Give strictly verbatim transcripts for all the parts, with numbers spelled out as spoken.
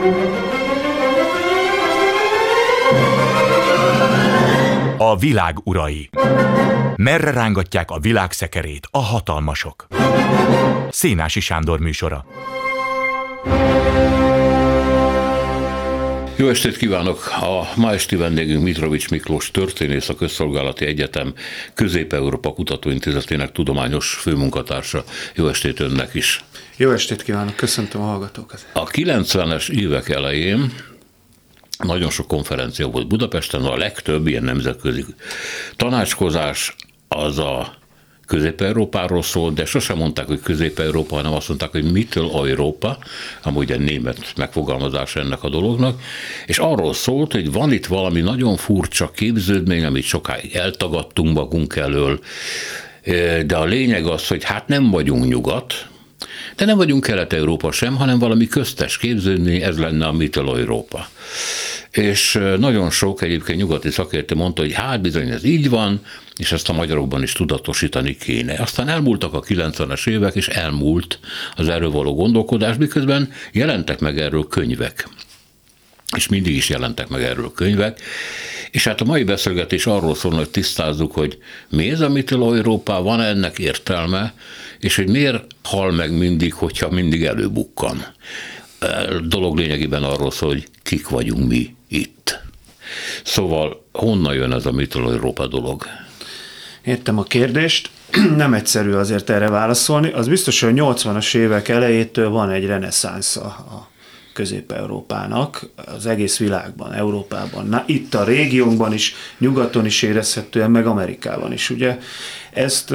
A világ urai. Merre rángatják a világ szekerét a hatalmasok? Szénási Sándor műsora. Jó estét kívánok! A ma esti vendégünk Mitrovics Miklós történész, a Közszolgálati Egyetem Közép-Európa Kutatóintézetének tudományos főmunkatársa. Jó estét önnek is! Jó estét kívánok! Köszöntöm a hallgatókat! A kilencvenes évek elején nagyon sok konferencia volt Budapesten, a legtöbb ilyen nemzetközi tanácskozás az a Közép-Európáról szól, de sosem mondták, hogy Közép-Európa, hanem azt mondták, hogy Mittel-Európa, amúgy egy német megfogalmazás ennek a dolognak, és arról szólt, hogy van itt valami nagyon furcsa képződmény, amit sokáig eltagadtunk magunk elől, de a lényeg az, hogy hát nem vagyunk nyugat, de nem vagyunk Kelet-Európa sem, hanem valami köztes képződmény, ez lenne a Mittel-Európa. És nagyon sok egyébként nyugati szakértő mondta, hogy hát bizony ez így van, és ezt a magyarokban is tudatosítani kéne. Aztán elmúltak a kilencvenes évek, és elmúlt az erről való gondolkodás, miközben jelentek meg erről könyvek. És mindig is jelentek meg erről könyvek. És hát a mai beszélgetés arról szól, hogy tisztázzuk, hogy mi ez a Mittel-Európa, van ennek értelme, és hogy miért hal meg mindig, hogyha mindig előbukkan. A dolog lényegében arról szól, hogy kik vagyunk mi itt. Szóval honnan jön ez a Mittel-Európa dolog? Értem a kérdést, nem egyszerű azért erre válaszolni. Az biztos, hogy a nyolcvanas évek elejétől van egy reneszánsza a Közép-Európának, az egész világban, Európában, na, itt a régiónkban is, nyugaton is érezhetően, meg Amerikában is. Ugye ezt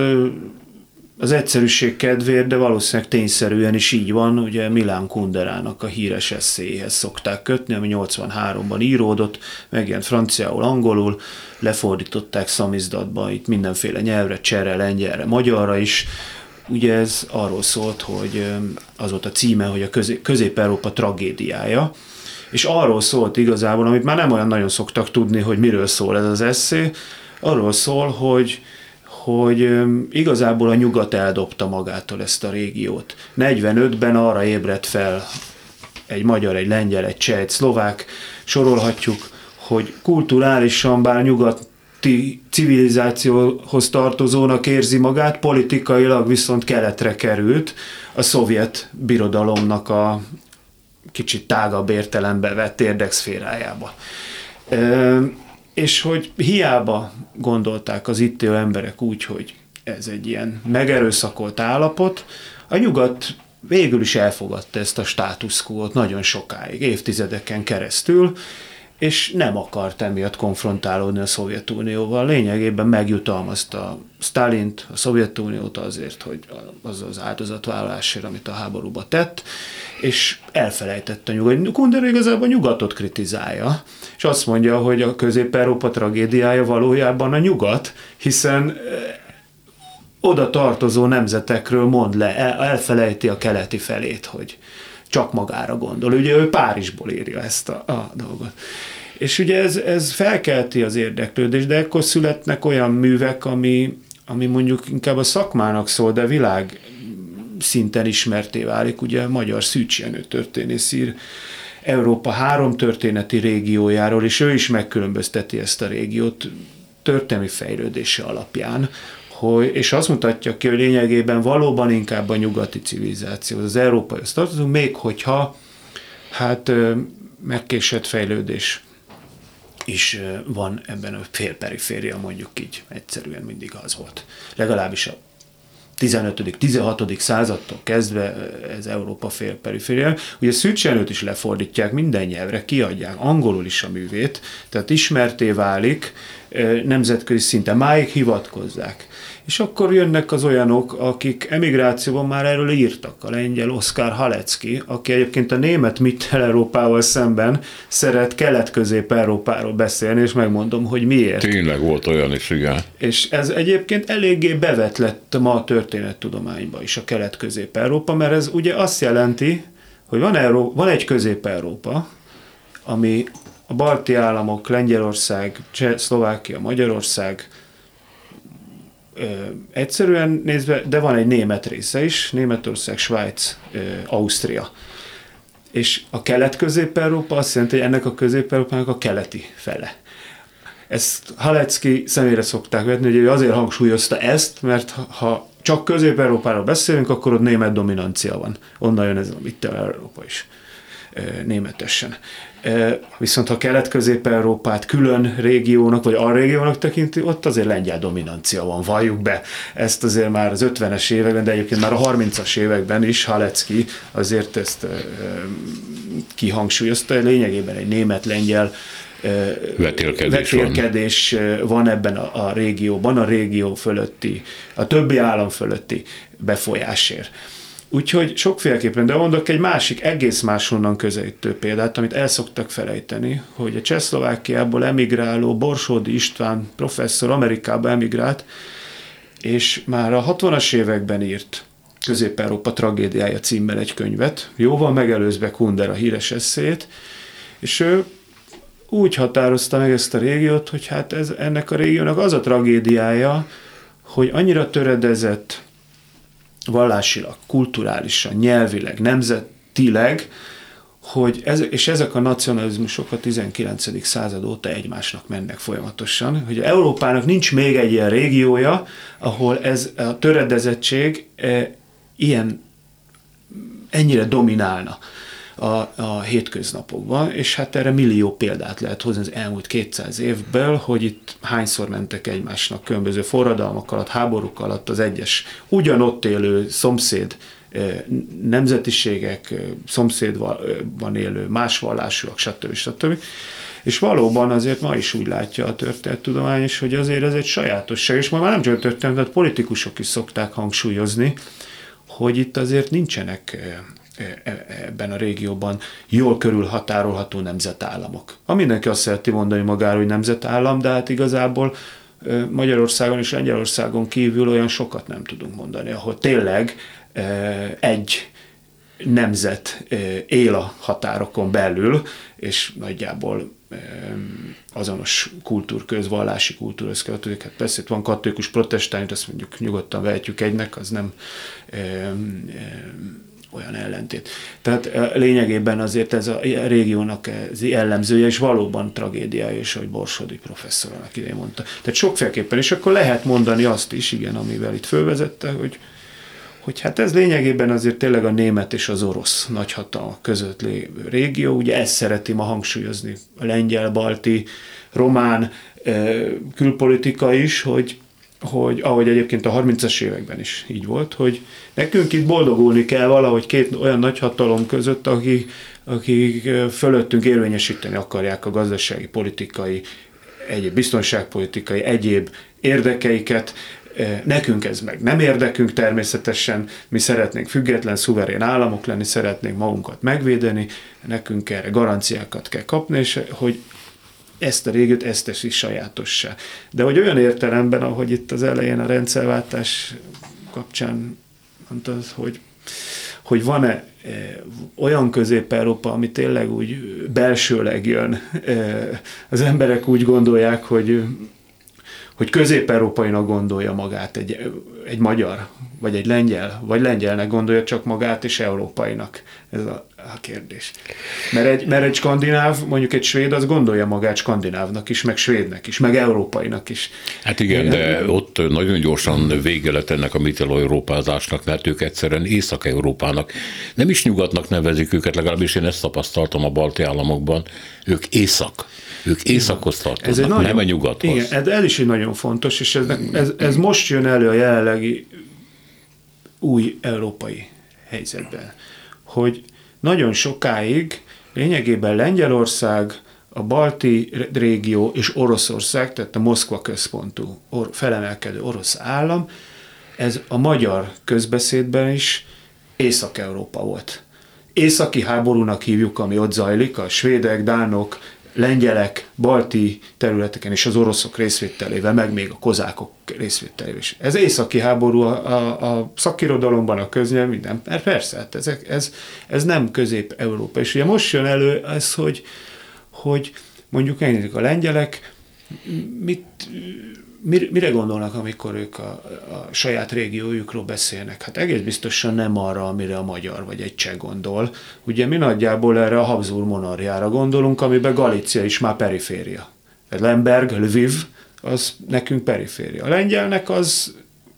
az egyszerűség kedvéért, de valószínűleg tényszerűen is így van, ugye Milan Kunderának a híres eszéhez szokták kötni, ami nyolcvanháromban íródott, megjelent franciául, angolul, lefordították szamizdatba, itt mindenféle nyelvre, csehre, lengyelre, magyarra is. Ugye ez arról szólt, hogy az volt a címe, hogy a Közép-Európa tragédiája, és arról szólt igazából, amit már nem olyan nagyon szoktak tudni, hogy miről szól ez az esszé, arról szól, hogy hogy igazából a nyugat eldobta magától ezt a régiót. negyvenötben arra ébredt fel egy magyar, egy lengyel, egy cseh, egy szlovák, sorolhatjuk, hogy kulturálisan, bár nyugati civilizációhoz tartozónak érzi magát, politikailag viszont keletre került, a szovjet birodalomnak a kicsit tágabb értelembe vett érdekszférájába. És hogy hiába gondolták az itt élő emberek úgy, hogy ez egy ilyen megerőszakolt állapot, a nyugat végül is elfogadta ezt a status quo-t nagyon sokáig, évtizedeken keresztül, és nem akart emiatt konfrontálódni a Szovjetunióval. Lényegében megjutalmazta Sztálint, a Szovjetuniót azért, hogy az az áldozatvállalásért, amit a háborúba tett, és elfelejtette a nyugat. Kundera igazából a nyugatot kritizálja, és azt mondja, hogy a Közép-Európa tragédiája valójában a nyugat, hiszen oda tartozó nemzetekről mond le, elfelejti a keleti felét, hogy csak magára gondol. Ugye ő Párizsból írja ezt a, a dolgot. És ugye ez, ez felkelti az érdeklődést, de ekkor születnek olyan művek, ami, ami mondjuk inkább a szakmának szól, de világ szinten ismerté válik. Ugye a magyar Szűcs Jenő történész ír Európa három történeti régiójáról, és ő is megkülönbözteti ezt a régiót történelmi fejlődése alapján, hogy, és azt mutatja ki, hogy lényegében valóban inkább a nyugati civilizáció, az európaihoz tartozunk, még hogyha hát megkésett fejlődés is van ebben a félperiféria, mondjuk így, egyszerűen mindig az volt. Legalábbis a tizenötödik tizenhatodik századtól kezdve ez Európa félperiféria. Ugye Szűcs Jenőt is lefordítják minden nyelvre, kiadják angolul is a művét, tehát ismerté válik nemzetközi szinten, máig hivatkozzák. És akkor jönnek az olyanok, akik emigrációban már erről írtak. A lengyel Oskar Halecki, aki egyébként a német Mittel-Európával szemben szeret Kelet-Közép-Európáról beszélni, és megmondom, hogy miért. Tényleg volt olyan is, igen. És ez egyébként eléggé bevett lett ma a történettudományba is, a Kelet-Közép-Európa, mert ez ugye azt jelenti, hogy van, Euró- van egy Közép-Európa, ami a balti államok, Lengyelország, Cseh, Szlovákia, Magyarország, Ö, egyszerűen nézve, de van egy német része is, Németország, Svájc, ö, Ausztria. és a Kelet-Közép-Európa azt jelenti, hogy ennek a Közép-Európának a keleti fele. Ezt Halecki személyre szokták vetni, hogy ő azért hangsúlyozta ezt, mert ha csak Közép-Európáról beszélünk, akkor ott német dominancia van. Onnan jön ez a Mittel-Európa is németesen. Viszont ha Kelet-Közép-Európát külön régiónak, vagy alrégiónak tekinti, ott azért lengyel dominancia van, valljuk be. Ezt azért már az ötvenes években, de egyébként már a harmincas években is Halecki azért ezt kihangsúlyozta, lényegében egy német-lengyel vetélkedés, vetélkedés van. van ebben a, a régióban, a régió fölötti, a többi állam fölötti befolyásért. Úgyhogy sokféleképpen, de mondok egy másik, egész máshonnan közelítő példát, amit el szoktak felejteni, hogy a Csehszlovákiából emigráló Borsódi István professzor Amerikába emigrált, és már a hatvanas években írt Közép-Európa tragédiája címmel egy könyvet, jóval megelőzve Kundera híres eszét, és ő úgy határozta meg ezt a régiót, hogy hát ez, ennek a régiónak az a tragédiája, hogy annyira töredezett vallásilag, kulturálisan, nyelvileg, nemzetileg, hogy ez, és ezek a nacionalizmusok a tizenkilencedik század óta egymásnak mennek folyamatosan, hogy Európának nincs még egy ilyen régiója, ahol ez a töredezettség e, ilyen, ennyire dominálna a, a hétköznapokban, és hát erre millió példát lehet hozni az elmúlt kétszáz évből, hogy itt hányszor mentek egymásnak különböző forradalmak alatt, háborúk alatt az egyes ugyanott élő szomszéd nemzetiségek, szomszédban élő más vallásúak, stb. stb. És valóban azért ma is úgy látja a történettudomány is, hogy azért ez egy sajátosság, és ma már nem csak a történet, tehát politikusok is szokták hangsúlyozni, hogy itt azért nincsenek ebben a régióban jól körülhatárolható nemzetállamok. A mindenki azt szereti mondani magáról, hogy nemzetállam, de hát igazából Magyarországon és Lengyelországon kívül olyan sokat nem tudunk mondani, ahol tényleg egy nemzet él a határokon belül, és nagyjából azonos kultúrköz, vallási kultúrhoz kötődik. Hát persze itt van katolikus, protestáns, azt mondjuk nyugodtan vehetjük egynek, az nem e, e, olyan ellentét. Tehát lényegében azért ez a régiónak ez jellemzője, és valóban tragédiája is, ahogy Borsodi professzor annak idején mondta. Tehát sokféleképpen, és akkor lehet mondani azt is, igen, amivel itt fölvezette, hogy hogy hát ez lényegében azért tényleg a német és az orosz nagyhatalmak között lévő régió, ugye ezt szereti ma hangsúlyozni a lengyel, balti, román külpolitika is, hogy, hogy ahogy egyébként a harmincas években is így volt, hogy nekünk itt boldogulni kell valahogy két olyan nagyhatalom között, akik, akik fölöttünk érvényesíteni akarják a gazdasági, politikai, egyéb biztonságpolitikai, egyéb érdekeiket. Nekünk ez meg nem érdekünk természetesen, mi szeretnénk független, szuverén államok lenni, szeretnénk magunkat megvédeni, nekünk erre garanciákat kell kapni, és hogy ezt a régiót, ezt teszi sajátossá. De hogy olyan értelemben, ahogy itt az elején a rendszerváltás kapcsán mondtad, hogy, hogy van-e olyan Közép-Európa, ami tényleg úgy belsőleg jön, az emberek úgy gondolják, hogy hogy közép-európainak gondolja magát egy, egy magyar, vagy egy lengyel, vagy lengyelnek gondolja csak magát, és európainak. Ez a, a kérdés. Mert egy, mert egy skandináv, mondjuk egy svéd, az gondolja magát skandinávnak is, meg svédnek is, meg európainak is. Hát igen, de ott nagyon gyorsan vége lett ennek a mittel-európázásnak, mert ők egyszerűen Észak-Európának, nem is nyugatnak nevezik őket, legalábbis én ezt tapasztaltam a balti államokban, ők észak. Ők északhoz tartoznak, nagyon, nem a nyugathoz. Igen, ez is egy nagyon fontos, és ez, ez, ez most jön elő a jelenlegi új európai helyzetben, hogy nagyon sokáig lényegében Lengyelország, a balti régió és Oroszország, tehát a Moszkva központú or, felemelkedő orosz állam, ez a magyar közbeszédben is Észak-Európa volt. Északi háborúnak hívjuk, ami ott zajlik, a svédek, dánok, lengyelek, balti területeken és az oroszok részvételével, meg még a kozákok részvételével is. Ez északi háború a, a, a szakirodalomban, a köznyelv, minden. Persze, hát ez, ez, ez nem Közép-Európa. És ugye most jön elő ez, hogy, hogy mondjuk megnézzük a lengyelek, mit, mire gondolnak, amikor ők a, a saját régiójukról beszélnek? Hát egész biztosan nem arra, amire a magyar vagy egy cseh gondol. Ugye mi nagyjából erre a Habsburg monarchiára gondolunk, amiben Galícia is már periféria. Lemberg, Lviv, az nekünk periféria. A lengyelnek az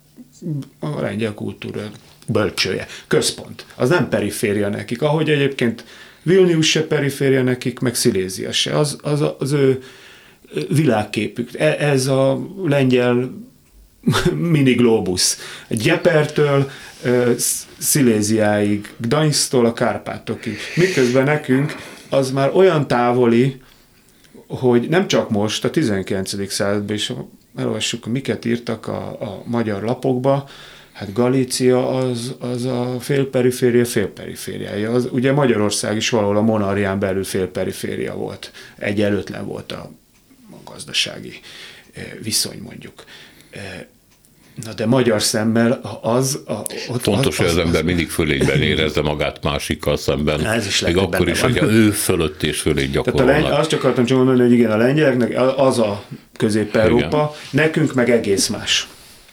a lengyel kultúra bölcsője, központ. Az nem periféria nekik, ahogy egyébként Vilnius se periféria nekik, meg Szilézia se. Az, az, az ő világképük. Ez a lengyel mini globus. Gyepertől Sziléziáig, Gdańsktól a Kárpátokig. Miközben nekünk az már olyan távoli, hogy nem csak most, a tizenkilencedik században is elolvassuk, miket írtak a, a magyar lapokba, hát Galícia az, az a félperiféria félperifériája. Az, ugye Magyarország is valahol a monarchián belül félperiféria volt. Egyenlőtlen volt a, a gazdasági viszony, mondjuk. Na de magyar szemmel az... A, ott Fontos, az, hogy az, az ember az, mindig fölényben érezze magát másikkal szemben. Ez is még akkor is, hogy ő fölött és fölé gyakorolnak. Tehát azt akartam csak mondani, hogy igen, a lengyeleknek az a Közép-Európa, igen. Nekünk meg egész más.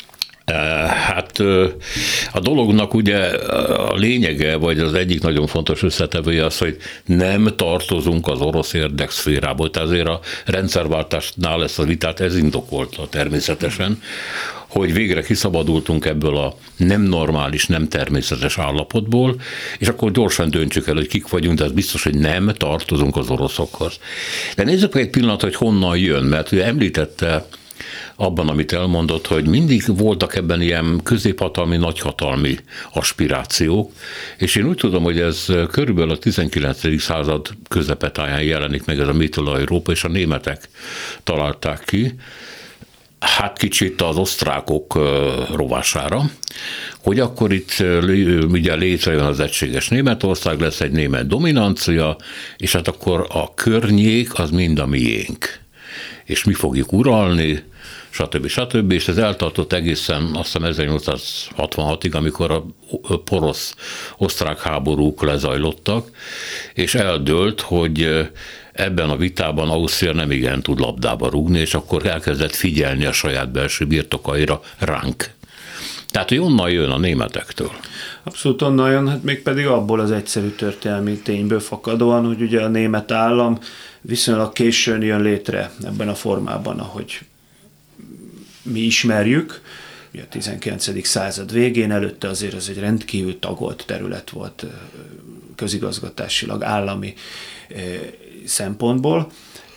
Hát a dolognak ugye a lényege, vagy az egyik nagyon fontos összetevője az, hogy nem tartozunk az orosz érdekszférából. Tehát azért a rendszerváltásnál ezt a vitát ez indokolta természetesen, hogy végre kiszabadultunk ebből a nem normális, nem természetes állapotból, és akkor gyorsan döntsük el, hogy kik vagyunk, de az biztos, hogy nem tartozunk az oroszokhoz. De nézzük meg egy pillanat, hogy honnan jön, mert ő említette abban, amit elmondott, hogy mindig voltak ebben ilyen középhatalmi, nagyhatalmi aspirációk, és én úgy tudom, hogy ez körülbelül a tizenkilencedik század közepetáján jelenik meg ez a Mitteleuropa, és a németek találták ki, hát kicsit az osztrákok rovására, hogy akkor itt ugye létrejön az egységes Németország, lesz egy német dominancia, és hát akkor a környék az mind a miénk. És mi fogjuk uralni, stb. stb. És ez eltartott egészen azt hiszem ezernyolcszázhatvanhatig, amikor a porosz-osztrák háborúk lezajlottak, és eldőlt, hogy ebben a vitában Ausztria nem igen tud labdába rúgni, és akkor elkezdett figyelni a saját belső birtokaira, ránk. Tehát, hogy onnan jön a németektől. Abszolút onnan jön, hát mégpedig abból az egyszerű történelmi tényből fakadóan, hogy ugye a német állam viszonylag későn jön létre ebben a formában, ahogy mi ismerjük, ugye a tizenkilencedik század végén, előtte azért az egy rendkívül tagolt terület volt közigazgatásilag, állami szempontból,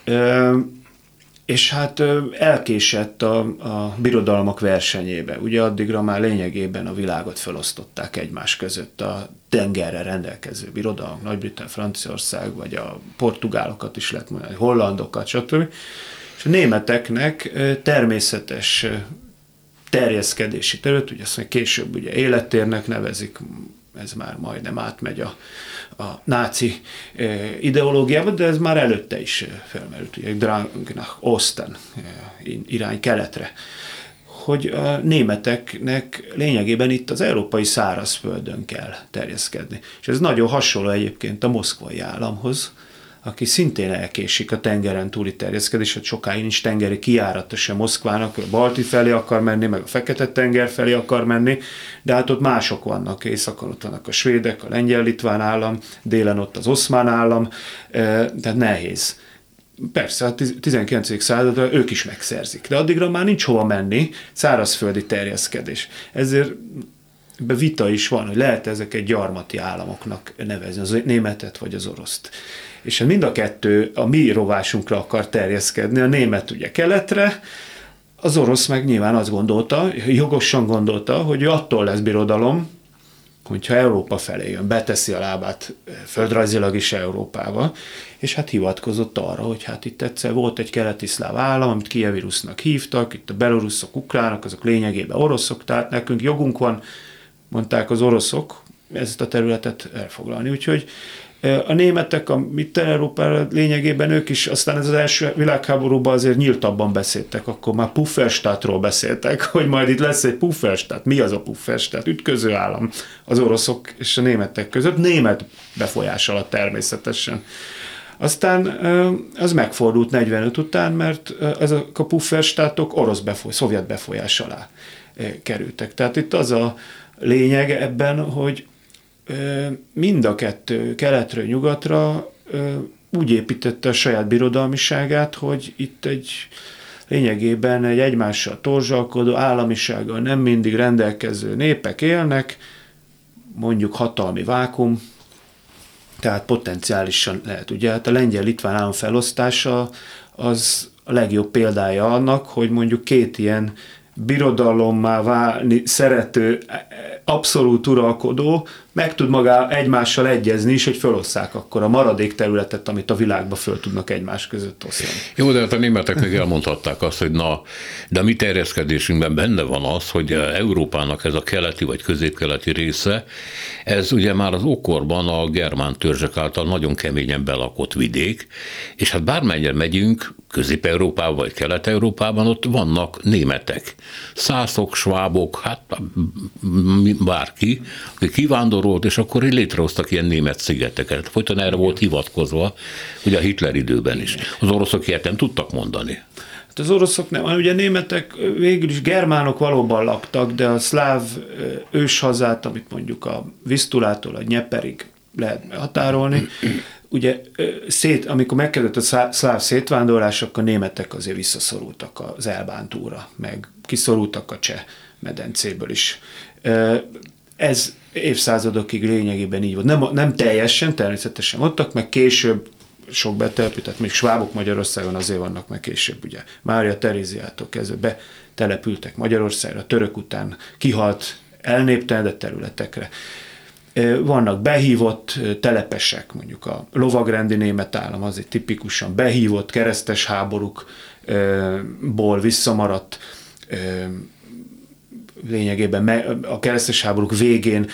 és hát elkésett a, a birodalmak versenyébe. Ugye addigra már lényegében a világot felosztották egymás között a tengerrel rendelkező birodalmak, Nagy-Britannia, Franciaország, vagy a portugálokat is lehet mondani, hollandokat, stb. És a németeknek természetes terjeszkedési terület, ugye azt mondja, később ugye élettérnek nevezik, ez már majdnem átmegy a, a náci ideológiába, de ez már előtte is felmerült, ugye Drang nach Osten, irány keletre, hogy a németeknek lényegében itt az európai szárazföldön kell terjeszkedni. És ez nagyon hasonló egyébként a moszkvai államhoz, aki szintén elkésik a tengeren túli terjeszkedés, hogy sokáig nincs tengeri kijárata sem Moszkvának, a Balti felé akar menni, meg a Fekete-tenger felé akar menni, de hát ott mások vannak, északon ott vannak a svédek, a lengyel-litván állam, délen ott az oszmán állam, tehát nehéz. Persze, a tizenkilencedik századra ők is megszerzik, de addigra már nincs hova menni, szárazföldi terjeszkedés. Ezért be vita is van, hogy lehet ezeket gyarmati államoknak nevezni, az németet vagy az oroszt. És mind a kettő a mi rovásunkra akar terjeszkedni, a német ugye keletre, az orosz meg nyilván azt gondolta, jogosan gondolta, hogy ő attól lesz birodalom, hogyha Európa felé jön, beteszi a lábát földrajzilag is Európába, és hát hivatkozott arra, hogy hát itt egyszer volt egy keleti szláv állam, amit Kijevi Rusznak hívtak, itt a belorusszok, ukránok, azok lényegében oroszok, tehát nekünk jogunk van, mondták az oroszok, ezt a területet elfoglalni. Úgyhogy a németek a Mittel-Európára lényegében ők is, aztán ez az első világháborúban azért nyíltabban beszéltek, akkor már Pufferstadtról beszéltek, hogy majd itt lesz egy Pufferstadt. Mi az a Pufferstadt? Ütköző állam az oroszok és a németek között, német befolyás alatt természetesen. Aztán az megfordult negyvenöt után, mert ezek a pufferstátok orosz befolyás, szovjet befolyás alá kerültek. Tehát itt az a lényeg ebben, hogy mind a kettő keletről nyugatra úgy építette a saját birodalmiságát, hogy itt egy lényegében egy egymással torzsalkodó, államisággal nem mindig rendelkező népek élnek, mondjuk hatalmi vákum, tehát potenciálisan lehet. Ugye hát a lengyel-litván állam felosztása az a legjobb példája annak, hogy mondjuk két ilyen birodalommá válni szerető, abszolút uralkodó meg tud maga egymással egyezni is, hogy felosszák akkor a maradék területet, amit a világba föl tudnak egymás között osztani. Jó, de hát a németek még elmondhatták azt, hogy na, de a mi terjeszkedésünkben benne van az, hogy Európának ez a keleti vagy középkeleti része, ez ugye már az ókorban a germán törzsek által nagyon keményen belakott vidék, és hát bármennyire megyünk, Közép-Európában vagy Kelet-Európában ott vannak németek. Szászok, svábok, hát bárki, aki kivándorolt, és akkor létrehoztak ilyen német szigeteket. Folyton erre volt hivatkozva, ugye a Hitler időben is. Az oroszok ilyet nem tudtak mondani. Hát az oroszok nem, ugye németek végül is germánok valóban laktak, de a szláv őshazát, amit mondjuk a Visztulától a Nyeperig lehet határolni, ugye szét, amikor megkezdett a szláv szétvándorlás, akkor a németek azért visszaszorultak az Elbántúra, meg kiszorultak a Cseh medencéből is. Ez évszázadokig lényegében így volt. Nem, nem teljesen, természetesen voltak, meg később sok betelepített, még svábok Magyarországon azért vannak, meg később ugye Mária Teréziától kezdve betelepültek Magyarországra, török után kihalt, elnéptelenedett területekre. Vannak behívott telepesek, mondjuk a lovagrendi német állam, az egy tipikusan behívott keresztes háborúkból visszamaradt, lényegében a keresztes háborúk végén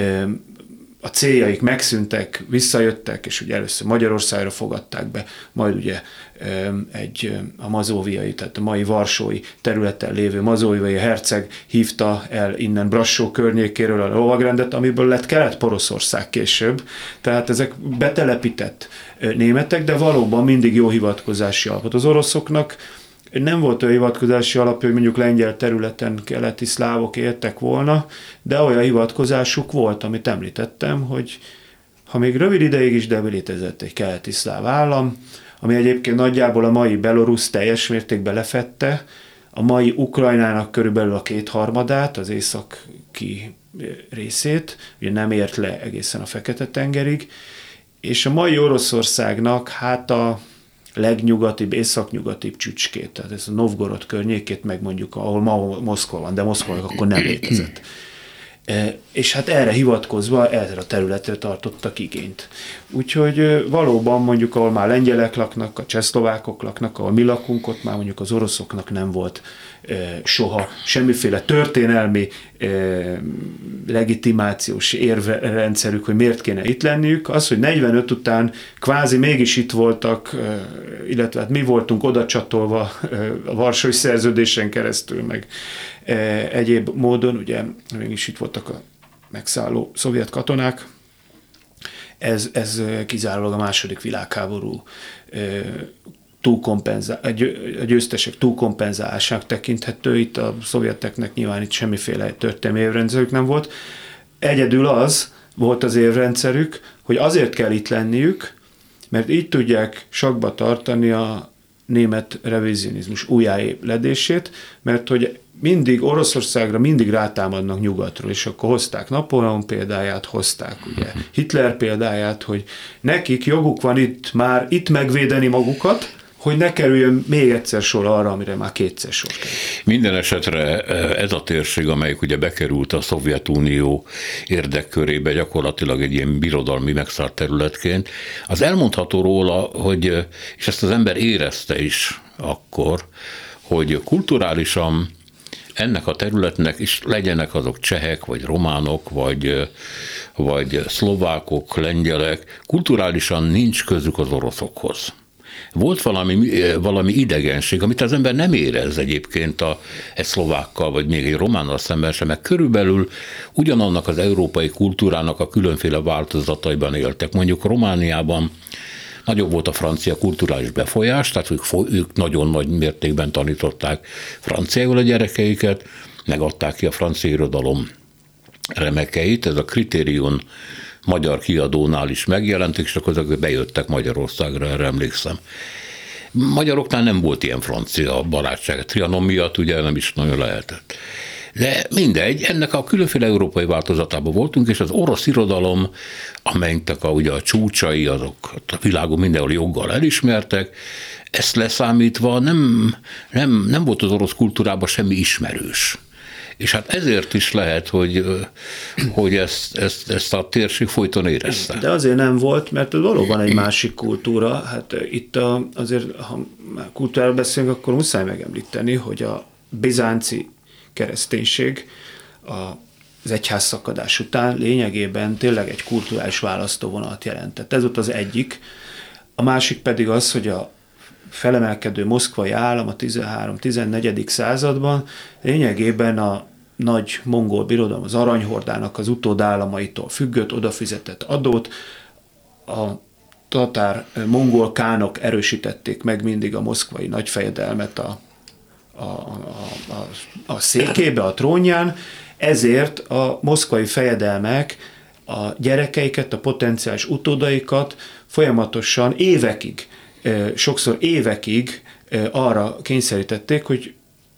a céljaik megszűntek, visszajöttek, és ugye először Magyarországra fogadták be, majd ugye egy a mazóviai, tehát a mai varsói területen lévő mazóviai herceg hívta el innen Brassó környékéről a lovagrendet, amiből lett Kelet-Poroszország később. Tehát ezek betelepített németek, de valóban mindig jó hivatkozási alapot. Az oroszoknak nem volt olyan hivatkozási alapja, hogy mondjuk lengyel területen keleti szlávok éltek volna, de olyan hivatkozásuk volt, amit említettem, hogy ha még rövid ideig is, de létezett egy keleti szláv állam, ami egyébként nagyjából a mai Belorusz teljes mértékben lefette, a mai Ukrajnának körülbelül a kétharmadát, az északi részét, ugye nem ért le egészen a Fekete-tengerig, és a mai Oroszországnak hát a legnyugatibb, északnyugatibb csücskét, tehát ez a Novgorod környékét, meg mondjuk, ahol ma Moszkva van, de Moszkva akkor nem létezett. E, és hát erre hivatkozva erre a területre tartottak igényt. Úgyhogy valóban mondjuk, ahol már lengyelek laknak, a csehszlovákok laknak, ahol mi lakunk, ott már mondjuk az oroszoknak nem volt e, soha semmiféle történelmi e, legitimációs érvrendszerük, hogy miért kéne itt lenniük. Az, hogy negyvenöt után kvázi mégis itt voltak, e, illetve hát mi voltunk oda csatolva e, a Varsói Szerződésen keresztül, meg e, egyéb módon, ugye mégis itt voltak a megszálló szovjet katonák. Ez, ez kizárólag a második világháború túlkompenzál, a győztesek túlkompenzálásának tekinthető. Itt a szovjeteknek nyilván itt semmiféle történelmi évrendszerük nem volt. Egyedül az volt az évrendszerük, hogy azért kell itt lenniük, mert így tudják sakba tartani a német revizionizmus újjáépledését, mert hogy mindig Oroszországra mindig rátámadnak nyugatról, és akkor hozták Napóleon példáját, hozták ugye Hitler példáját, hogy nekik joguk van itt már itt megvédeni magukat, hogy ne kerüljön még egyszer sor arra, amire már kétszer sor kerül. Minden esetre ez a térség, amelyik ugye bekerült a Szovjetunió érdekkörébe, gyakorlatilag egy ilyen birodalmi megszállt területként, az elmondható róla, hogy, és ezt az ember érezte is akkor, hogy kulturálisan ennek a területnek is legyenek azok csehek, vagy románok, vagy, vagy szlovákok, lengyelek, kulturálisan nincs közük az oroszokhoz. Volt valami, valami idegenség, amit az ember nem érez egyébként a, egy szlovákkal, vagy még egy románnal szemben sem, mert körülbelül ugyanannak az európai kultúrának a különféle változataiban éltek. Mondjuk Romániában nagyobb volt a francia kulturális befolyás, tehát ők, ők nagyon nagy mértékben tanították franciául a gyerekeiket, megadták ki a francia irodalom remekeit, ez a Criterion magyar kiadónál is megjelent, és akkor azok bejöttek Magyarországra, erre emlékszem. Magyaroknál nem volt ilyen francia barátság, Trianon miatt ugye nem is nagyon lehetett. De mindegy, ennek a különféle európai változatában voltunk, és az orosz irodalom, amelynek a, ugye a csúcsai, azok a világon mindenhol joggal elismertek, ezt leszámítva nem, nem, nem volt az orosz kultúrában semmi ismerős. És hát ezért is lehet, hogy, hogy ezt, ezt, ezt a térség folyton érezte. De azért nem volt, mert valóban egy másik kultúra. Hát itt a, azért, ha kultúráról beszélünk, akkor muszáj megemlíteni, hogy a bizánci kereszténység az egyházszakadás után lényegében tényleg egy kulturális választóvonalat jelentett. Ez volt az egyik. A másik pedig az, hogy a felemelkedő moszkvai állam a tizenhárom-tizennegyedik században lényegében a nagy mongol birodalom, az aranyhordának az utódállamaitól függött, odafizetett adót. A tatár mongol kánok erősítették meg mindig a moszkvai nagyfejedelmet a, a, a, a, a székébe, a trónján, ezért a moszkvai fejedelmek a gyerekeiket, a potenciális utódaikat folyamatosan évekig, sokszor évekig arra kényszerítették, hogy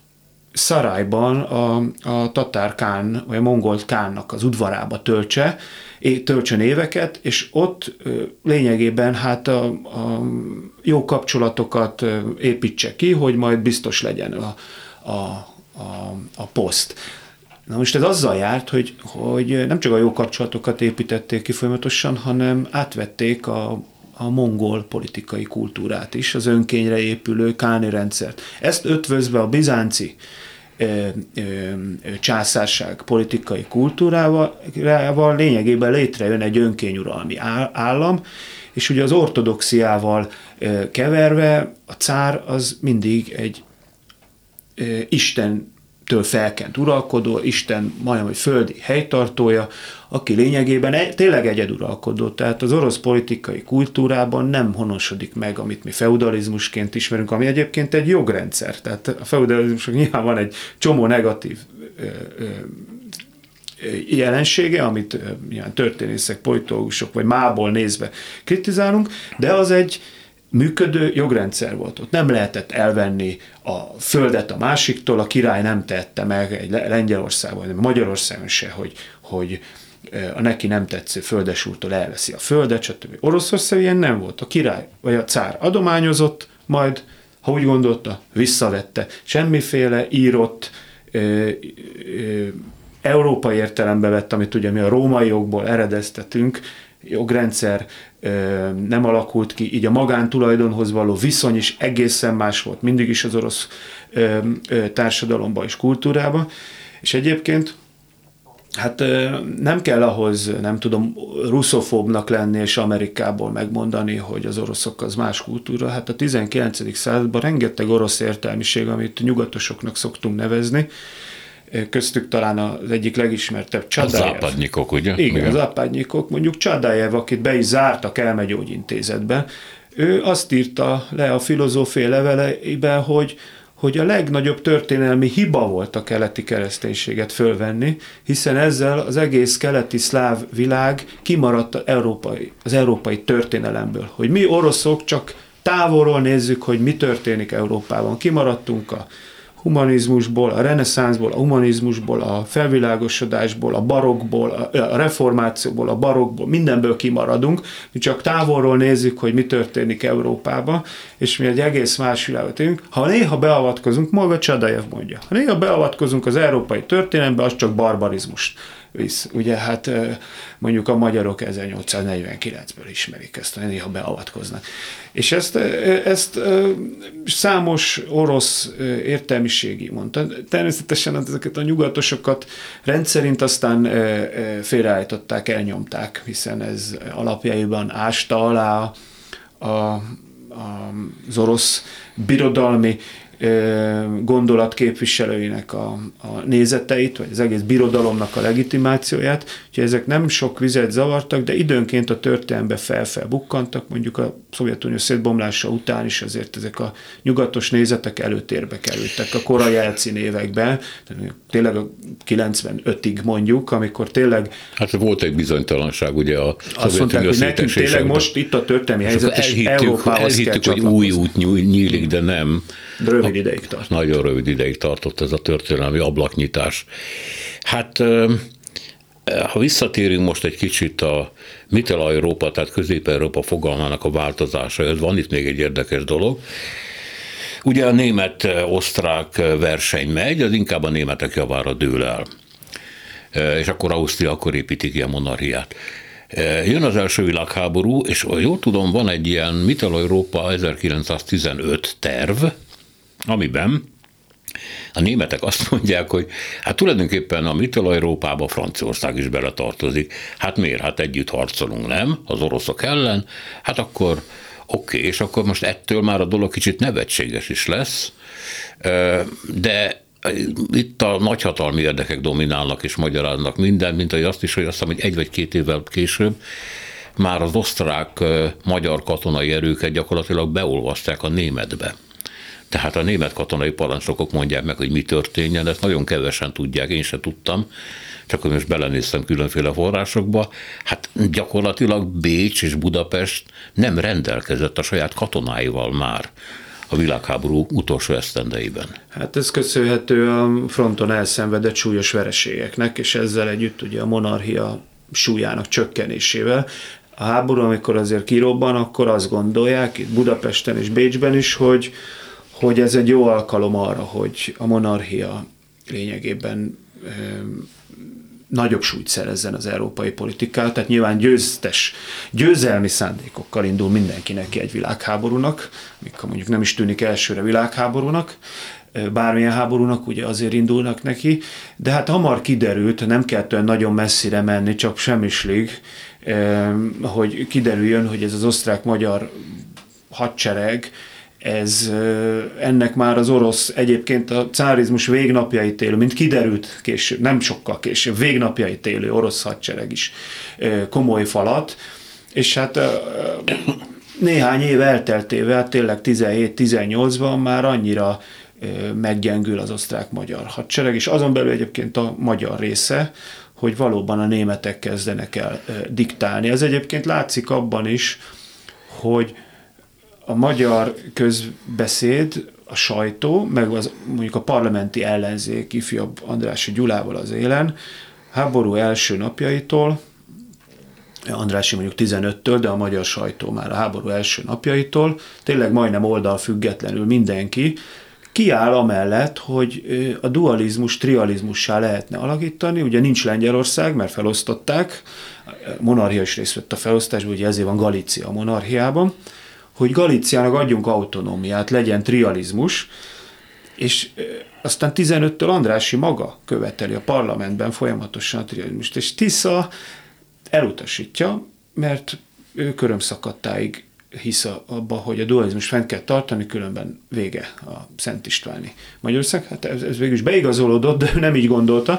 Szarajban a, a tatár kán, vagy a mongol kánnak az udvarába töltse, töltsön éveket, és ott lényegében hát a, a jó kapcsolatokat építse ki, hogy majd biztos legyen a, a, a, a poszt. Na most ez azzal járt, hogy, hogy nem csak a jó kapcsolatokat építették ki folyamatosan, hanem átvették a a mongol politikai kultúrát is, az önkényre épülő káni rendszert. Ezt ötvözve a bizánci ö, ö, császárság politikai kultúrával lényegében létrejön egy önkényuralmi állam, és ugye az ortodoxiával ö, keverve a cár az mindig egy ö, Istentől felkent uralkodó, Isten majdnem, hogy földi helytartója, aki lényegében egy, tényleg egyeduralkodó. Tehát az orosz politikai kultúrában nem honosodik meg, amit mi feudalizmusként ismerünk, ami egyébként egy jogrendszer. Tehát a feudalizmusnak nyilván van egy csomó negatív ö, ö, jelensége, amit ilyen történészek, politológusok vagy mából nézve kritizálunk, de az egy működő jogrendszer volt. Ott nem lehetett elvenni a földet a másiktól, a király nem tette meg egy Lengyelországban, vagy Magyarországon se, hogy, hogy a neki nem tetsző földesúrtól elveszi a földet, stb. Oroszország ilyen nem volt. A király vagy a cár adományozott, majd, ha úgy gondolta, visszavette. Semmiféle írott, ö, ö, európai értelembe vett, amit ugye mi a római jogból eredeztetünk, jogrendszer ö, nem alakult ki, így a magántulajdonhoz való viszony is egészen más volt, mindig is az orosz ö, ö, társadalomban és kultúrában, és egyébként hát nem kell ahhoz, nem tudom, russzofóbnak lenni és Amerikából megmondani, hogy az oroszok az más kultúra. Hát a tizenkilencedik században rengeteg orosz értelmiség, amit nyugatosoknak szoktunk nevezni, köztük talán az egyik legismertebb Csadájev. A západnyikok, ugye? Igen, Igen. a západnyikok. Mondjuk Csadájev, akit be is zártak elmegyógyintézetben, ő azt írta le a filozófiai leveleiben, hogy hogy a legnagyobb történelmi hiba volt a keleti kereszténységet fölvenni, hiszen ezzel az egész keleti szláv világ kimaradt az európai, az európai történelemből. Hogy mi oroszok csak távolról nézzük, hogy mi történik Európában. Kimaradtunk a humanizmusból, a reneszánszból, a humanizmusból, a felvilágosodásból, a barokkból, a reformációból, a barokkból, mindenből kimaradunk, mi csak távolról nézzük, hogy mi történik Európában, és mi egy egész más világot élünk. Ha néha beavatkozunk, maga Csadájev mondja, ha néha beavatkozunk az európai történelembe, az csak barbarizmust visz. Ugye hát mondjuk a magyarok ezernyolcszáznegyvenkilencből ismerik ezt, hogy néha beavatkoznak. És ezt, ezt számos orosz értelmiségi mondta. Természetesen ezeket a nyugatosokat rendszerint aztán félreállították, elnyomták, hiszen ez alapjaiban ásta alá a, a, az orosz birodalmi gondolatképviselőinek a, a nézeteit, vagy az egész birodalomnak a legitimációját, úgyhogy ezek nem sok vizet zavartak, de időnként a történelembe fel-fel bukkantak, mondjuk a Szovjetunió szétbomlása után is azért ezek a nyugatos nézetek előtérbe kerültek a korai Jelcin években, tényleg a kilencvenötig mondjuk, amikor tényleg... Hát volt egy bizonytalanság ugye a azt mondták, hogy nekünk tényleg most itt a történelmi helyzet, és Európához kell hogy új út nyílik, de nem. Rövid ideig tart. Nagyon rövid ideig tartott ez a történelmi ablaknyitás. Hát, ha visszatérünk most egy kicsit a Mittel-Európa, tehát Közép-Európa fogalmának a változása, van itt még egy érdekes dolog. Ugye a német-osztrák verseny megy, az inkább a németek javára dől el. És akkor Ausztria akkor építik ki a monarchiát. Jön az első világháború, és jól tudom, van egy ilyen Mittel-Európa ezerkilencszáztizenöt terv, amiben a németek azt mondják, hogy hát tulajdonképpen a Mittel-Európába Franciaország is beletartozik. Hát miért? Hát együtt harcolunk, nem? Az oroszok ellen. Hát akkor oké, és akkor most ettől már a dolog kicsit nevetséges is lesz, de itt a nagyhatalmi érdekek dominálnak és magyaráznak minden, mint ahogy azt is, hogy azt hiszem, hogy egy vagy két évvel később már az osztrák-magyar katonai erőket gyakorlatilag beolvasztják a németbe. Tehát a német katonai parancsnokok mondják meg, hogy mi történjen, ezt nagyon kevesen tudják, én sem tudtam, csak hogy most belenéztem különféle forrásokba, hát gyakorlatilag Bécs és Budapest nem rendelkezett a saját katonáival már a világháború utolsó esztendeiben. Hát ez köszönhető a fronton elszenvedett súlyos vereségeknek, és ezzel együtt ugye a monarchia súlyának csökkenésével. A háború, amikor azért kirobban, akkor azt gondolják, itt Budapesten és Bécsben is, hogy, hogy ez egy jó alkalom arra, hogy a monarchia lényegében e, nagyobb súlyt szerezzen az európai politikát, tehát nyilván győztes, győzelmi szándékokkal indul mindenki neki egy világháborúnak, még ha mondjuk nem is tűnik elsőre világháborúnak, bármilyen háborúnak ugye azért indulnak neki, de hát hamar kiderült, nem kell olyan nagyon messzire menni, csak semmislig, hogy kiderüljön, hogy ez az osztrák-magyar hadsereg, ez ennek már az orosz, egyébként a cárizmus végnapjait élő, mint kiderült később, nem sokkal később, végnapjait élő orosz hadsereg is komoly falat, és hát néhány év elteltével, tényleg tizenhét-tizennyolcban már annyira meggyengül az osztrák-magyar hadsereg, és azon belül egyébként a magyar része, hogy valóban a németek kezdenek el diktálni. Ez egyébként látszik abban is, hogy a magyar közbeszéd, a sajtó, meg az, mondjuk a parlamenti ellenzék ifjabb Andrássy Gyulával az élen, háború első napjaitól, Andrássy mondjuk tizenöttől, de a magyar sajtó már a háború első napjaitól, tényleg majdnem oldalfüggetlenül mindenki kiáll amellett, hogy a dualizmus trializmussá lehetne alakítani. Ugye nincs Lengyelország, mert felosztották, a monarchia is részt vett a felosztásban, ugye ezért van Galícia a monarchiában, hogy Galíciának adjunk autonómiát, legyen trializmus, és aztán tizenöttől Andrássy maga követeli a parlamentben folyamatosan a trializmust, és Tisza elutasítja, mert ő körömszakadtáig hisz abba, hogy a dualizmus fent kell tartani, különben vége a Szent Istváni Magyarország. Hát ez, ez végül is beigazolódott, de ő nem így gondolta.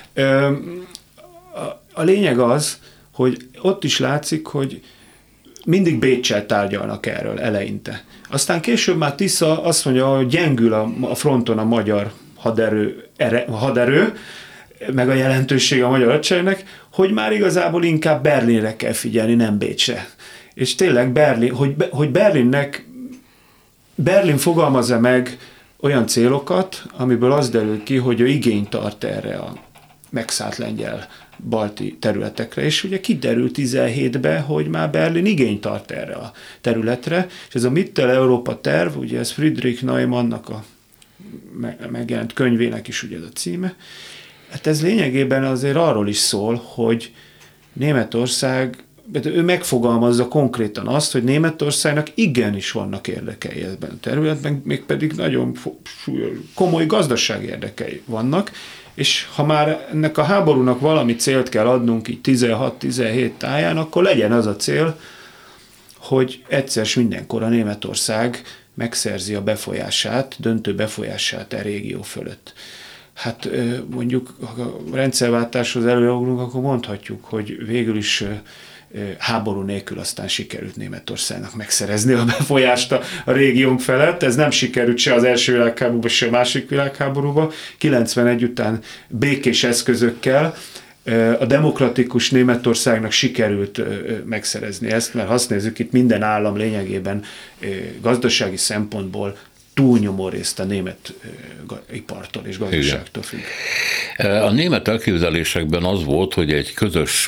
A lényeg az, hogy ott is látszik, hogy mindig Béccsel tárgyalnak erről eleinte. Aztán később már Tisza azt mondja, hogy gyengül a, a fronton a magyar haderő, ere, haderő, meg a jelentőség a magyar hadseregnek, hogy már igazából inkább Berlinre kell figyelni, nem Bécsre. És tényleg Berlin, hogy, hogy Berlinnek, Berlin fogalmazza meg olyan célokat, amiből az derül ki, hogy ő igényt tart erre a megszállt lengyel balti területekre, és ugye kiderült tizenhétben, hogy már Berlin igényt tart erre a területre, és ez a Mittel-Európa terv, ugye ez Friedrich Neumannnak a megjelent könyvének is ugye ez a címe, hát ez lényegében azért arról is szól, hogy Németország, ő megfogalmazza konkrétan azt, hogy Németországnak igenis vannak érdekei ebben a területben, mégpedig nagyon komoly gazdasági érdekei vannak, és ha már ennek a háborúnak valami célt kell adnunk így tizenhat-tizenhét táján, akkor legyen az a cél, hogy egyszer s mindenkor a Németország megszerzi a befolyását, döntő befolyását a régió fölött. Hát mondjuk, ha a rendszerváltáshoz előugrunk, akkor mondhatjuk, hogy végül is háború nélkül aztán sikerült Németországnak megszerezni a befolyást a, a régiónk felett. Ez nem sikerült se az első világháborúban, se a második világháborúban. kilencvenegy után békés eszközökkel a demokratikus Németországnak sikerült megszerezni ezt, mert ha azt nézzük, itt minden állam lényegében gazdasági szempontból túlnyomó részt a német ipartól és gazdaságtól függ. A német elképzelésekben az volt, hogy egy közös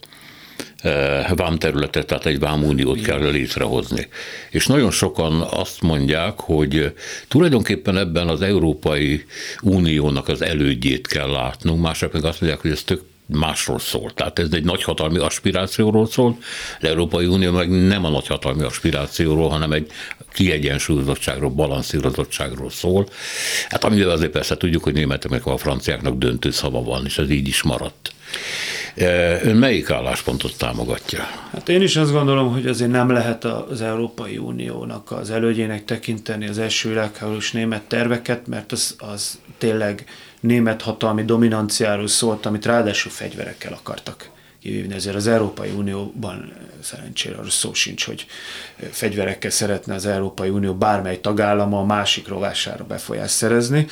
vámterületet, tehát egy vámuniót kell létrehozni. És nagyon sokan azt mondják, hogy tulajdonképpen ebben az Európai Uniónak az elődjét kell látnunk, mások meg azt mondják, hogy ez tök másról szól. Tehát ez egy nagyhatalmi aspirációról szól, az Európai Unió meg nem a nagyhatalmi aspirációról, hanem egy kiegyensúlyozottságról, balanszírozottságról szól. Hát amivel azért persze tudjuk, hogy németeknek, a franciáknak döntő szava van, és ez így is maradt. Ön melyik álláspontot támogatja? Hát én is azt gondolom, hogy azért nem lehet az Európai Uniónak az elődjének tekinteni az első világháborús német terveket, mert az, az tényleg német hatalmi dominanciáról szólt, amit ráadásul fegyverekkel akartak kivívni. Ezért az Európai Unióban szerencsére arról szó sincs, hogy fegyverekkel szeretne az Európai Unió bármely tagállama a másik rovására befolyást szerezni.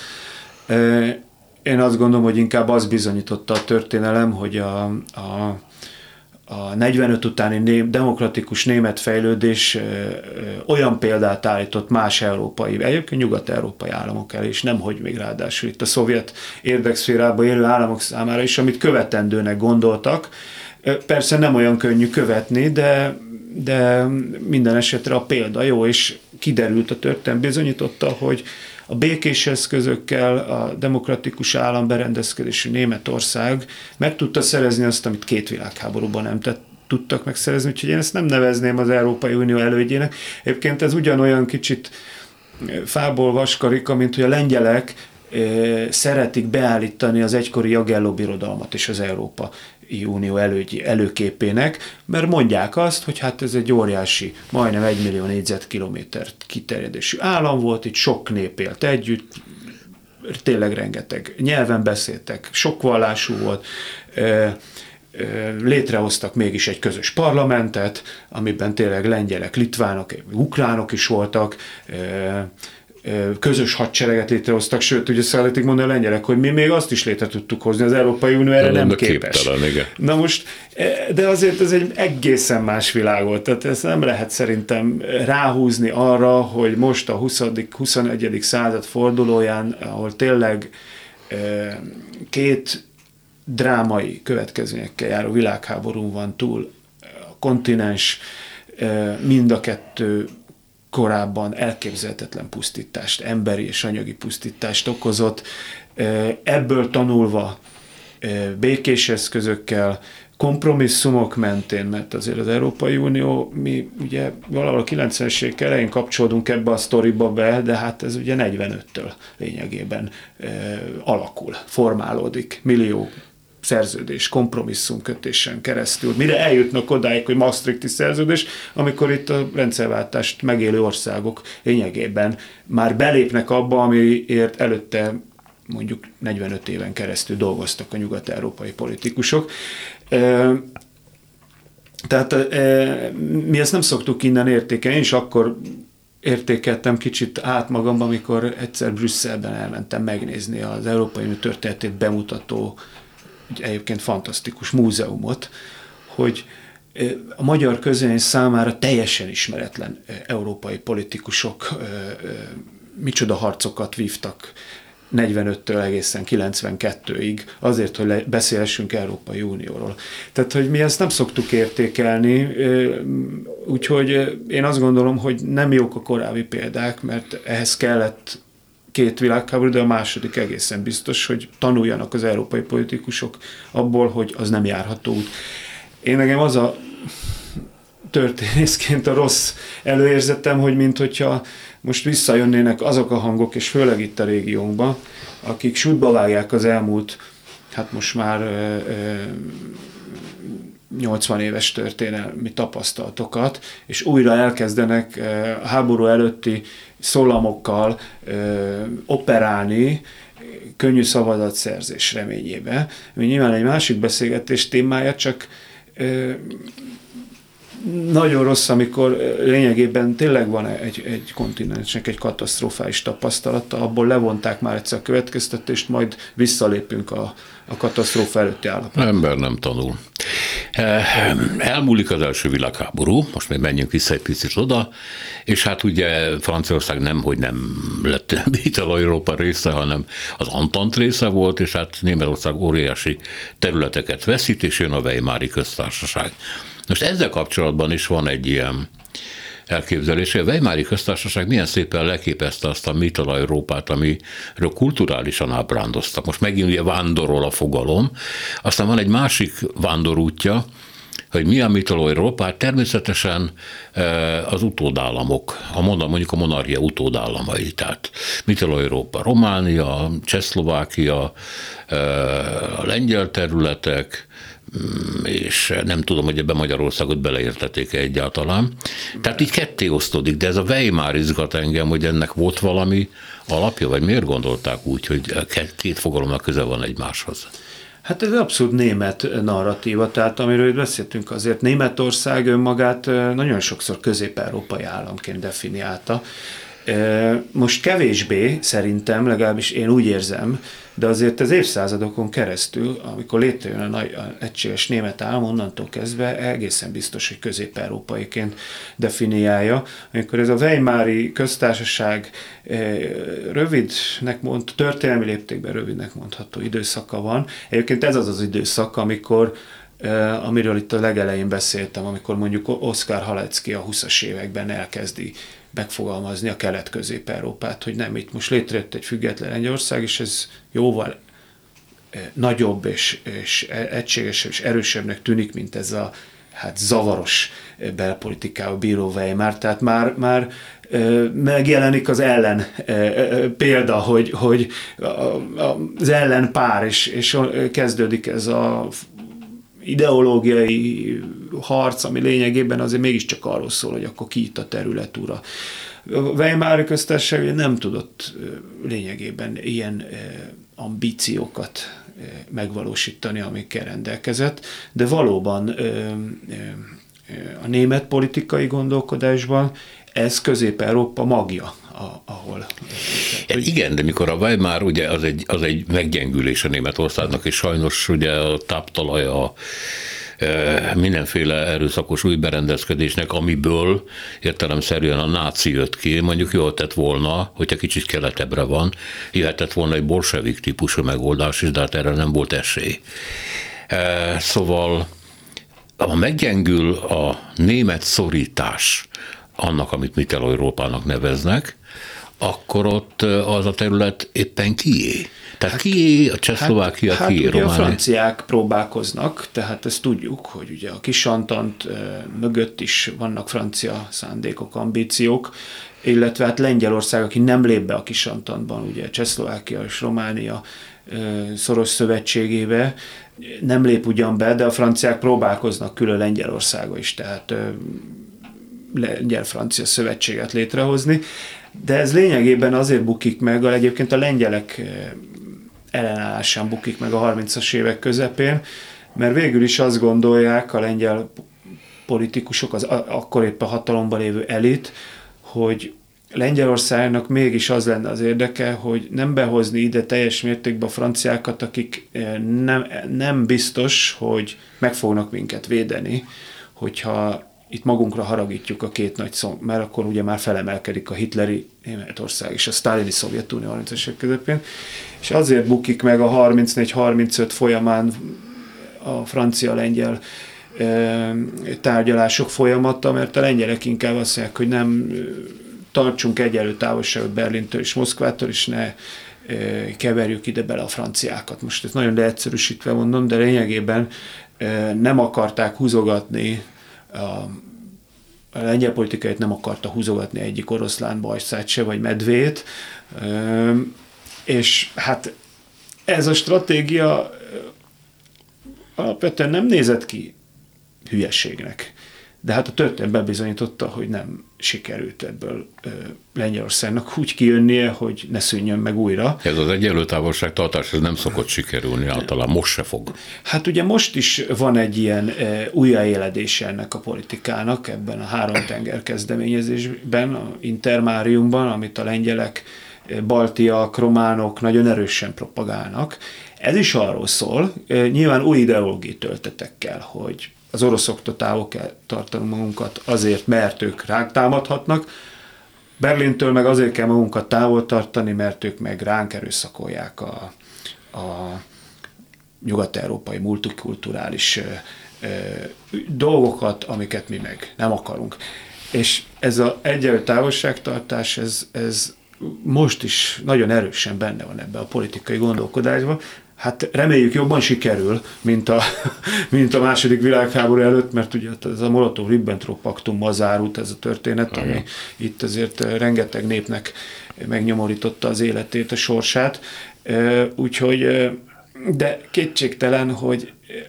Én azt gondolom, hogy inkább az bizonyította a történelem, hogy a, a, a negyvenöt utáni né, demokratikus német fejlődés ö, ö, olyan példát állított más európai, egyébként nyugat-európai államok elé, és nemhogy még ráadásul itt a szovjet érdekszférában élő államok számára is, amit követendőnek gondoltak. Persze nem olyan könnyű követni, de, de minden esetre a példa jó, és kiderült a történet, bizonyította, hogy a békés eszközökkel a demokratikus államberendezkedésű Németország meg tudta szerezni azt, amit két világháborúban nem tett, tudtak megszerezni, úgyhogy én ezt nem nevezném az Európai Unió elődjének. Egyébként ez ugyanolyan kicsit fából vaskarika, mint hogy a lengyelek szeretik beállítani az egykori Jagello birodalmat és az Európai Unió elődj, előképének, mert mondják azt, hogy hát ez egy óriási, majdnem egymillió négyzetkilométer kiterjedésű állam volt, itt sok nép élt együtt, tényleg rengeteg nyelven beszéltek, sok vallású volt, létrehoztak mégis egy közös parlamentet, amiben tényleg lengyelek, litvánok, ukránok is voltak, közös hadsereget létrehoztak, sőt, ugye szeretik mondani a lengyelek, hogy mi még azt is létre tudtuk hozni, az Európai Unió erre nem, nem képes. Képtelen, igen. Na most, de azért ez egy egészen más világ volt, tehát ezt nem lehet szerintem ráhúzni arra, hogy most a huszadik huszonegyedik század fordulóján, ahol tényleg két drámai következményekkel járó világháború van túl, a kontinens mind a kettő korábban elképzelhetetlen pusztítást, emberi és anyagi pusztítást okozott. Ebből tanulva békés eszközökkel, kompromisszumok mentén, mert azért az Európai Unió, mi ugye valahol a kilencvenes évek elején kapcsolódunk ebbe a sztoriba be, de hát ez ugye negyvenöttől lényegében alakul, formálódik, millió szerződés, kompromisszumkötésen keresztül. Mire eljutnak odáig, hogy Maastrichti szerződés, amikor itt a rendszerváltást megélő országok lényegében már belépnek abba, amiért előtte mondjuk negyvenöt éven keresztül dolgoztak a nyugat-európai politikusok. Tehát mi ezt nem szoktuk innen értékelni, és akkor értékeltem kicsit át magamban, amikor egyszer Brüsszelben elmentem megnézni az Európai Unió történetét bemutató egyébként fantasztikus múzeumot, hogy a magyar közönség számára teljesen ismeretlen európai politikusok micsoda harcokat vívtak negyvenöttől egészen kilencvenkettőig azért, hogy beszélhessünk Európai Unióról. Tehát, hogy mi ezt nem szoktuk értékelni, úgyhogy én azt gondolom, hogy nem jók a korábbi példák, mert ehhez kellett két világháború, de a második egészen biztos, hogy tanuljanak az európai politikusok abból, hogy az nem járható út. Én nekem az a történészként a rossz előérzetem, hogy mint hogyha most visszajönnének azok a hangok, és főleg itt a régiónkban, akik sútba vágják az elmúlt, hát most már nyolcvan éves történelmi tapasztalatokat, és újra elkezdenek a háború előtti szólamokkal operálni, könnyű szavazatszerzés reményébe. Ami nyilván egy másik beszélgetés témája, csak nagyon rossz, amikor lényegében tényleg van egy, egy kontinensnek egy katasztrofális tapasztalata, abból levonták már egyszer a következtetést, majd visszalépünk a, a katasztrófa előtti állapotba. Ember nem tanul. Elmúlik az első világháború, most még menjünk vissza egy picit oda, és hát ugye Franciaország nem, hogy nem lett Ital-Európa része, hanem az Antant része volt, és hát Németország óriási területeket veszít, és jön a Weimári köztársaság. Most ezzel kapcsolatban is van egy ilyen elképzelés, hogy a Weimári köztársaság milyen szépen leképezte azt a Mittel-Európát, amiről kulturálisan ábrándoztak. Most megint ugye vándorol a fogalom, aztán van egy másik vándorútja, hogy mi a Mittel-Európát, természetesen az utódállamok, a mondjuk a monarchia utódállamai, tehát Mittel-Európa, Románia, Csehszlovákia, a lengyel területek, és nem tudom, hogy ebben Magyarországot beleértették-e egyáltalán. Tehát így ketté osztódik, de ez a Weimar izgat engem, hogy ennek volt valami alapja, vagy miért gondolták úgy, hogy két fogalomnak köze van egymáshoz? Hát ez abszolút német narratíva, tehát amiről beszéltünk, azért Németország önmagát nagyon sokszor közép-európai államként definiálta. Most kevésbé szerintem, legalábbis én úgy érzem, de azért az évszázadokon keresztül, amikor létrejön a nagy a egységes német állam, onnantól kezdve egészen biztos, hogy közép-európaiként definiálja. Amikor ez a Weimári köztársaság rövidnek mond, történelmi léptékben rövidnek mondható időszaka van. Egyébként ez az az időszak, amikor amiről itt a legelején beszéltem, amikor mondjuk Oskar Halecki a huszas években elkezdi megfogalmazni a Kelet-Közép-Európát, hogy nem, itt most létrejött egy független Lengyelország, és ez jóval nagyobb és, és egységesebb és erősebbnek tűnik, mint ez a hát zavaros belpolitikával bíró Weimar. Tehát már, már megjelenik az ellen példa, hogy, hogy az ellenpár, és, és kezdődik ez a ideológiai harc, ami lényegében azért mégiscsak arról szól, hogy akkor ki itt a terület ura. A Weimári köztársaság nem tudott lényegében ilyen ambíciókat megvalósítani, amikkel rendelkezett, de valóban a német politikai gondolkodásban ez Közép-Európa magja, ahol... Ja, igen, de mikor a Weimar, ugye az egy, az egy meggyengülés a Németországnak, és sajnos ugye a táptalaja mindenféle erőszakos új berendezkedésnek, amiből értelemszerűen a náci jött ki, mondjuk jól tett volna, hogyha kicsit keletebbre van, jöhetett volna egy bolsevik típusú megoldás is, de hát erre nem volt esély. Szóval, ha meggyengül a német szorítás annak, amit Mittel-Európának neveznek, akkor ott az a terület éppen kié. Tehát hát, kié, a Csehszlovákia, hát, kié, hát Románia. A franciák próbálkoznak, tehát ezt tudjuk, hogy ugye a Kisantant mögött is vannak francia szándékok, ambíciók, illetve hát Lengyelország, aki nem lép be a Kisantantban, ugye Csehszlovákia és Románia szoros szövetségébe, nem lép ugyan be, de a franciák próbálkoznak külön Lengyelországa is, tehát lengyel-francia szövetséget létrehozni, de ez lényegében azért bukik meg, egyébként a lengyelek ellenállásán bukik meg a harmincas évek közepén, mert végül is azt gondolják a lengyel politikusok, az akkor épp a hatalomban lévő elit, hogy Lengyelországnak mégis az lenne az érdeke, hogy nem behozni ide teljes mértékben a franciákat, akik nem, nem biztos, hogy meg fognak minket védeni, hogyha itt magunkra haragítjuk a két nagy szom, mert akkor ugye már felemelkedik a hitleri Németország és a sztálini Szovjetunió harmincas évek közepén, és azért bukik meg a harmincnégy harmincöt folyamán a francia-lengyel tárgyalások folyamata, mert a lengyelek inkább azt mondják, hogy nem tartsunk egyenlő távolságot Berlintől és Moszkvától, és ne keverjük ide bele a franciákat. Most ezt nagyon leegyszerűsítve mondom, de lényegében nem akarták húzogatni a, a lengyel politikáit nem akarta húzogatni egyik oroszlán bajszát se, vagy medvét, és hát ez a stratégia alapvetően nem nézett ki hülyeségnek. De hát a történet bebizonyította, hogy nem sikerült ebből ö, Lengyelországnak úgy kijönnie, hogy ne szűnjön meg újra. Ez az egyenlő távolságtartás, ez nem szokott sikerülni általán, most se fog. Hát ugye most is van egy ilyen ö, újjáéledése ennek a politikának, ebben a három tenger kezdeményezésben, a intermáriumban, amit a lengyelek, baltiak, románok nagyon erősen propagálnak. Ez is arról szól, ö, nyilván új ideológiai töltetekkel, hogy az oroszoktól távol kell tartanunk magunkat azért, mert ők ránk támadhatnak, Berlintől meg azért kell magunkat távol tartani, mert ők meg ránk erőszakolják a, a nyugat-európai multikulturális ö, ö, dolgokat, amiket mi meg nem akarunk. És ez az egyenlő távolságtartás, ez, ez most is nagyon erősen benne van ebben a politikai gondolkodásban. Hát reméljük jobban sikerül, mint a, mint a második világháború előtt, mert ugye ez a Molotov-Ribbentrop paktummal zárult ez a történet, ami itt azért rengeteg népnek megnyomorította az életét, a sorsát. Úgyhogy, de kétségtelen, hogy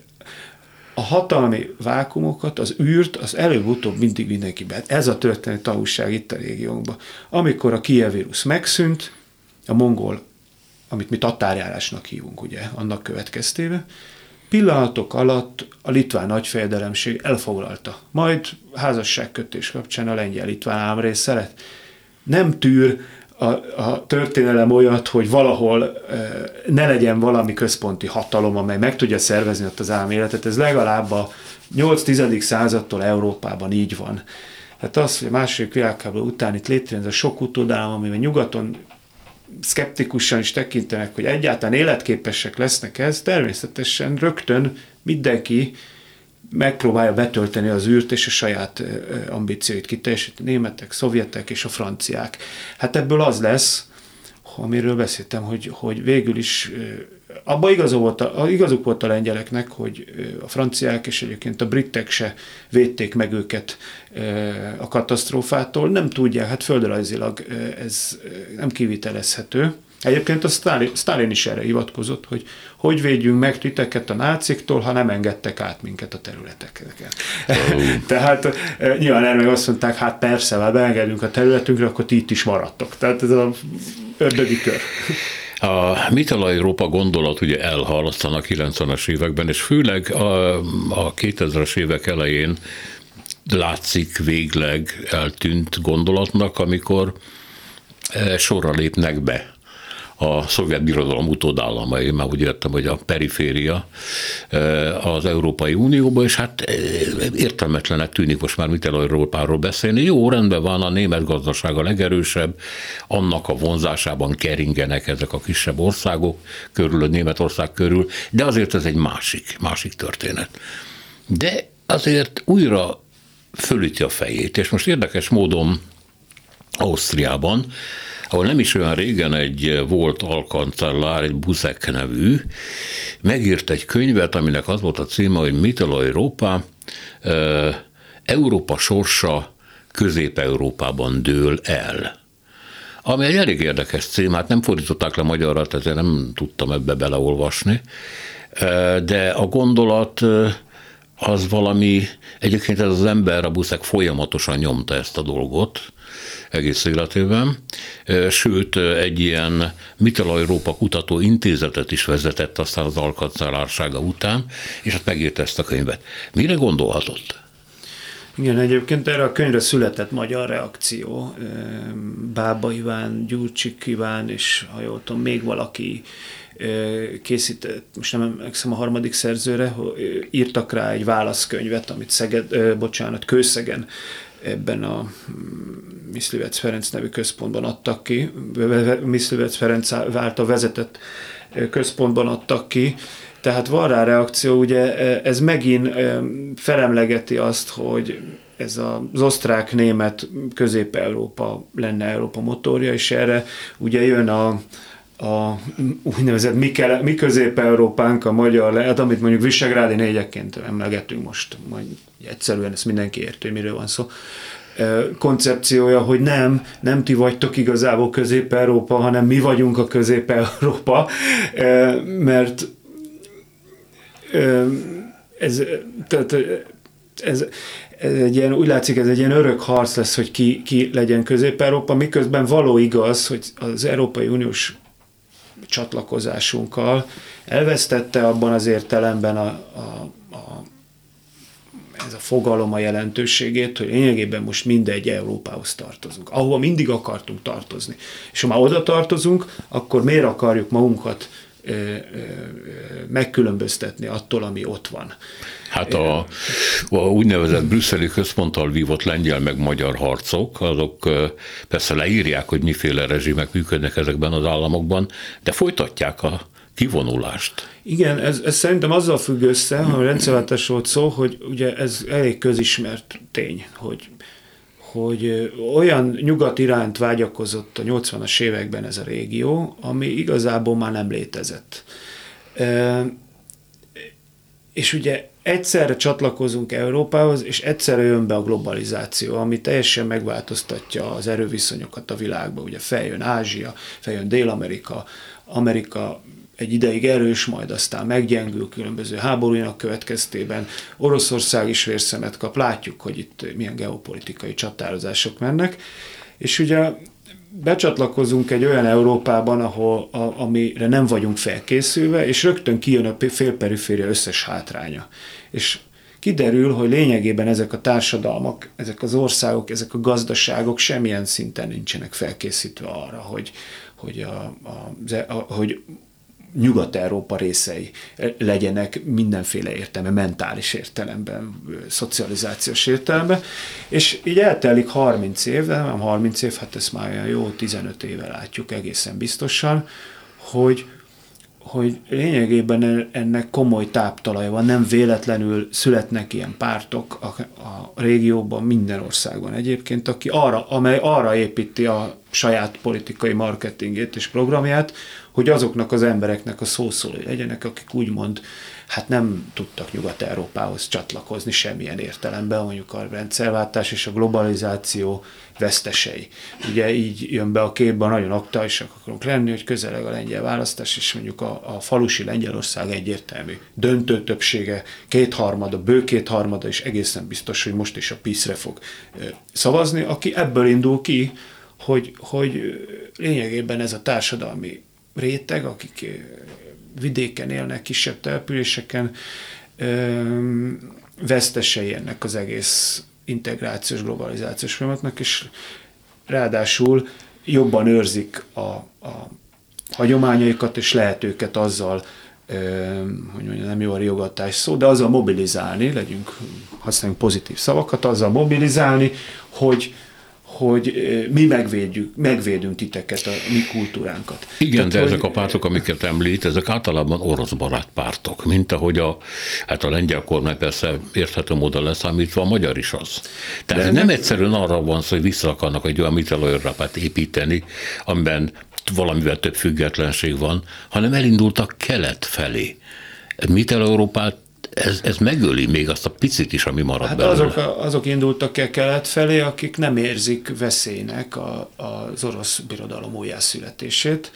a hatalmi vákumokat, az űrt, az előbb-utóbb mindig mindenki be. Ez a történet tanulság itt a régiónkban. Amikor a Kijev vírus megszűnt, a mongol, amit mi tatárjárásnak hívunk, ugye, annak következtében, pillanatok alatt a litván nagyfejedelemség elfoglalta. Majd házasságkötés kapcsán a lengyel-litván államrésze lett. Nem tűr a, a történelem olyat, hogy valahol e, ne legyen valami központi hatalom, amely meg tudja szervezni ott az álméletet. Ez legalább a nyolc-tizedik századtól Európában így van. Hát az, hogy a második világháború után itt létrejön ez a sok utódállam, amivel nyugaton szkeptikusan is tekintenek, hogy egyáltalán életképesek lesznek ez, természetesen rögtön mindenki megpróbálja betölteni az űrt és a saját ambícióit kiteljesíteni, németek, szovjetek és a franciák. Hát ebből az lesz, amiről beszéltem, hogy, hogy végül is abban igazuk volt, a, igazuk volt a lengyeleknek, hogy a franciák és egyébként a britek se védték meg őket a katasztrófától. Nem tudják, hát földrajzilag ez nem kivitelezhető. Egyébként a Sztálin, Sztálin is erre hivatkozott, hogy hogy védjünk meg titeket a náciktól, ha nem engedtek át minket a területeken. Oh. Tehát nyilván erre meg azt mondták, hát persze, ha beengedünk a területünkre, akkor ti itt is maradtok. Tehát ez a ördögi kör. A Mittel-Európa gondolat ugye elhalt a kilencvenes években, és főleg a, a kétezres évek elején látszik végleg eltűnt gondolatnak, amikor sorra lépnek be a szovjet birodalom utódállamai, már úgy értem, hogy a periféria az Európai Unióba, és hát értelmetlenek tűnik most már Mittel-Európáról beszélni. Jó, rendben van, a német gazdaság a legerősebb, annak a vonzásában keringenek ezek a kisebb országok körül, a Németország körül, de azért ez egy másik, másik történet. De azért újra fölüti a fejét, és most érdekes módon Ausztriában, ahol nem is olyan régen egy volt alkancellár, egy Buzek nevű, megírt egy könyvet, aminek az volt a címe, hogy Mittel-Európa, Európa sorsa Közép-Európában dől el. Ami egy elég érdekes cím, hát nem fordították le magyarra, ezért nem tudtam ebbe beleolvasni, de a gondolat az valami, egyébként ez az ember, a Buzek folyamatosan nyomta ezt a dolgot, egész életében, sőt, egy ilyen Mittel-Európa kutató intézetet is vezetett aztán az alkancellársága után, és hát megírta ezt a könyvet. Mire gondolhatott? Igen, egyébként erre a könyvre született magyar reakció. Bába Iván, Gyurcsik Iván, és ha jól tudom, még valaki készített, most nem emlékszem a harmadik szerzőre, írtak rá egy válaszkönyvet, amit Szeged, bocsánat, Kőszegen ebben a Myslivec Ferenc nevű központban adtak ki, Myslivec Ferenc által vezetett központban adtak ki, tehát van rá reakció, ugye ez megint felemlegeti azt, hogy ez az osztrák-német Közép-Európa lenne Európa motorja, és erre ugye jön a, a úgynevezett mi, mi Közép-Európánk, a magyar lehet, amit mondjuk Visegrádi négyekként emlegetünk most, majd egyszerűen ezt mindenki érti, miről van szó, koncepciója, hogy nem, nem ti vagytok igazából Közép-Európa, hanem mi vagyunk a Közép-Európa, mert ez, tehát ez, ez egy ilyen, úgy látszik, ez egy ilyen örök harc lesz, hogy ki, ki legyen Közép-Európa, miközben való igaz, hogy az Európai Uniós csatlakozásunkkal elvesztette abban az értelemben a, a, a, ez a fogalom a jelentőségét, hogy lényegében most mindegy Európához tartozunk, ahova mindig akartunk tartozni. És ha már oda tartozunk, akkor miért akarjuk magunkat ö, ö, megkülönböztetni attól, ami ott van. Hát a, a úgynevezett brüsszeli központtal vívott lengyel meg magyar harcok, azok persze leírják, hogy miféle rezsimek működnek ezekben az államokban, de folytatják a kivonulást. Igen, ez, ez szerintem azzal függ össze, ha a rendszerváltás volt szó, hogy ugye ez elég közismert tény, hogy, hogy olyan nyugat iránt vágyakozott a nyolcvanas években ez a régió, ami igazából már nem létezett. E, és ugye egyszerre csatlakozunk Európához, és egyszerre jön be a globalizáció, ami teljesen megváltoztatja az erőviszonyokat a világban. Ugye feljön Ázsia, feljön Dél-Amerika, Amerika egy ideig erős, majd aztán meggyengül különböző háborúinak következtében. Oroszország is vérszemet kap, látjuk, hogy itt milyen geopolitikai csatározások mennek, és ugye becsatlakozunk egy olyan Európában, ahol, a, amire nem vagyunk felkészülve, és rögtön kijön a félperiféria összes hátránya. És kiderül, hogy lényegében ezek a társadalmak, ezek az országok, ezek a gazdaságok semmilyen szinten nincsenek felkészítve arra, hogy, hogy, a, a, a, hogy Nyugat-Európa részei legyenek mindenféle értelme, mentális értelemben, szocializációs értelemben, és így eltelik harminc év, de nem harminc év, hát ezt már olyan jó tizenöt éve látjuk egészen biztosan, hogy, hogy lényegében ennek komoly táptalaja van, nem véletlenül születnek ilyen pártok a, a régióban, minden országban egyébként, aki arra, amely arra építi a saját politikai marketingét és programját, hogy azoknak az embereknek a szószólói legyenek, akik úgymond hát nem tudtak Nyugat-Európához csatlakozni semmilyen értelemben, mondjuk a rendszerváltás és a globalizáció vesztesei. Ugye így jön be a képben, nagyon aktuálisak akarunk lenni, hogy közeleg a lengyel választás, és mondjuk a, a falusi Lengyelország egyértelmű döntő többsége, kétharmada, bő kétharmada, és egészen biztos, hogy most is a PiS-re fog szavazni, aki ebből indul ki, hogy, hogy lényegében ez a társadalmi réteg, akik vidéken élnek, kisebb településeken, vesztesei ennek az egész integrációs, globalizációs folyamatnak, és ráadásul jobban őrzik a, a hagyományaikat, és lehet őket azzal, hogy mondjam, nem jó a riogatás szó, de azzal mobilizálni, legyünk, használjunk pozitív szavakat, azzal mobilizálni, hogy hogy mi megvédjük, megvédünk titeket, a mi kultúránkat. Igen, Tehát, de hogy... ezek a pártok, amiket említ, ezek általában orosz barát pártok, mint ahogy a, hát a lengyel kormány persze érthető módon leszámítva, a magyar is az. Tehát de nem egyszerűen arra van szó, hogy vissza akarnak egy olyan Mitteleurópát építeni, amiben valamivel több függetlenség van, hanem elindultak kelet felé. Mitteleurópát Ez, ez megöli még azt a picit is, ami marad hát belőle. Azok, azok indultak el kelet felé, akik nem érzik veszélynek a, az orosz birodalom újjászületését.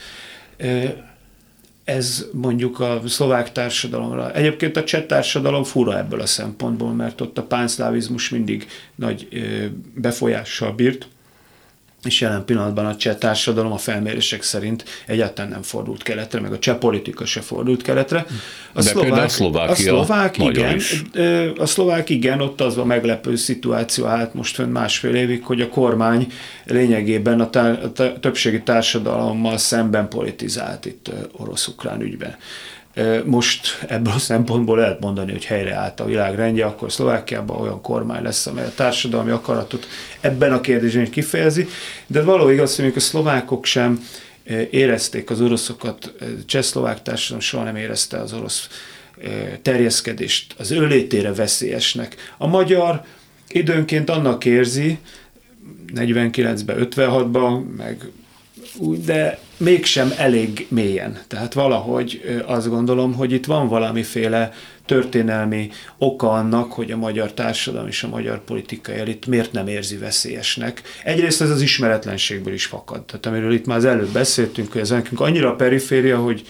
Ez mondjuk a szlovák társadalomra. Egyébként a cseh társadalom fura ebből a szempontból, mert ott a pánszlávizmus mindig nagy befolyással bírt, és jelen pillanatban a cseh társadalom a felmérések szerint egyáltalán nem fordult keletre, meg a cseh politika se fordult keletre. A De szlovák, a Szlovákia a szlovák igen, is. a szlovák igen, ott az a meglepő szituáció állt most fönn másfél évig, hogy a kormány lényegében a, tá- a többségi társadalommal szemben politizált itt orosz-ukrán ügyben. Most ebből a szempontból lehet mondani, hogy helyreállt a világrendje, akkor Szlovákiában olyan kormány lesz, amely a társadalmi akaratot ebben a kérdésben kifejezi, de való igaz, hogy a szlovákok sem érezték az oroszokat, cseh-szlovák társadalom soha nem érezte az orosz terjeszkedést az ő létére veszélyesnek. A magyar időnként annak érzi, negyvenkilencben, ötvenhatban, meg úgy, de mégsem elég mélyen. Tehát valahogy azt gondolom, hogy itt van valamiféle történelmi oka annak, hogy a magyar társadalom és a magyar politikai elit miért nem érzi veszélyesnek. Egyrészt ez az ismeretlenségből is fakad. Tehát amiről itt már az előbb beszéltünk, hogy ez nekünk annyira a periféria, hogy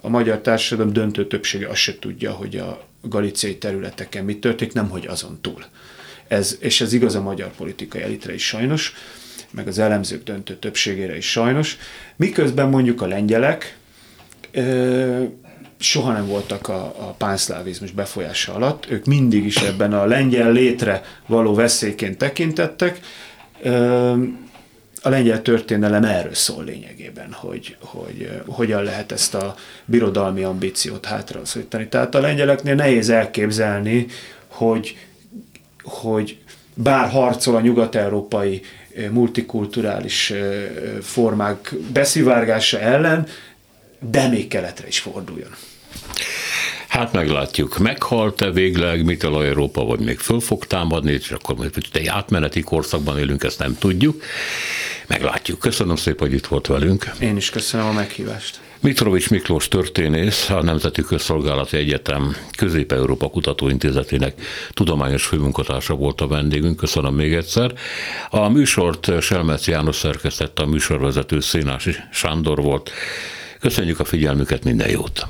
a magyar társadalom döntő többsége azt se tudja, hogy a galíciai területeken mi történik, nemhogy azon túl. Ez, és ez igaz a magyar politikai elitre is sajnos, meg az elemzők döntő többségére is sajnos. Miközben mondjuk a lengyelek ö, soha nem voltak a, a pánszlávizmus befolyása alatt, ők mindig is ebben a lengyel létre való veszélyként tekintettek. Ö, a lengyel történelem erről szól lényegében, hogy, hogy hogyan lehet ezt a birodalmi ambíciót hátraszorítani. Tehát a lengyeleknél nehéz elképzelni, hogy, hogy bár harcol a nyugat-európai multikulturális formák beszivárgása ellen, de még keletre is forduljon. Hát meglátjuk, meghalt-e végleg Mittel-Európa, vagy még föl fog támadni, és akkor majd egy átmeneti korszakban élünk, ezt nem tudjuk. Meglátjuk. Köszönöm szépen, hogy itt volt velünk. Én is köszönöm a meghívást. Mitrovics Miklós történész, a Nemzeti Közszolgálati Egyetem Közép-Európa Kutatóintézetének tudományos főmunkatársa volt a vendégünk. Köszönöm még egyszer. A műsort Selmec János szerkesztette, a műsorvezető Szénási Sándor volt. Köszönjük a figyelmüket, minden jót!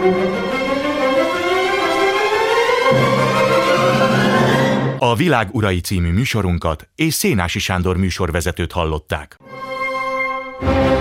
A Világ urai című műsorunkat és Szénási Sándor műsorvezetőt hallották.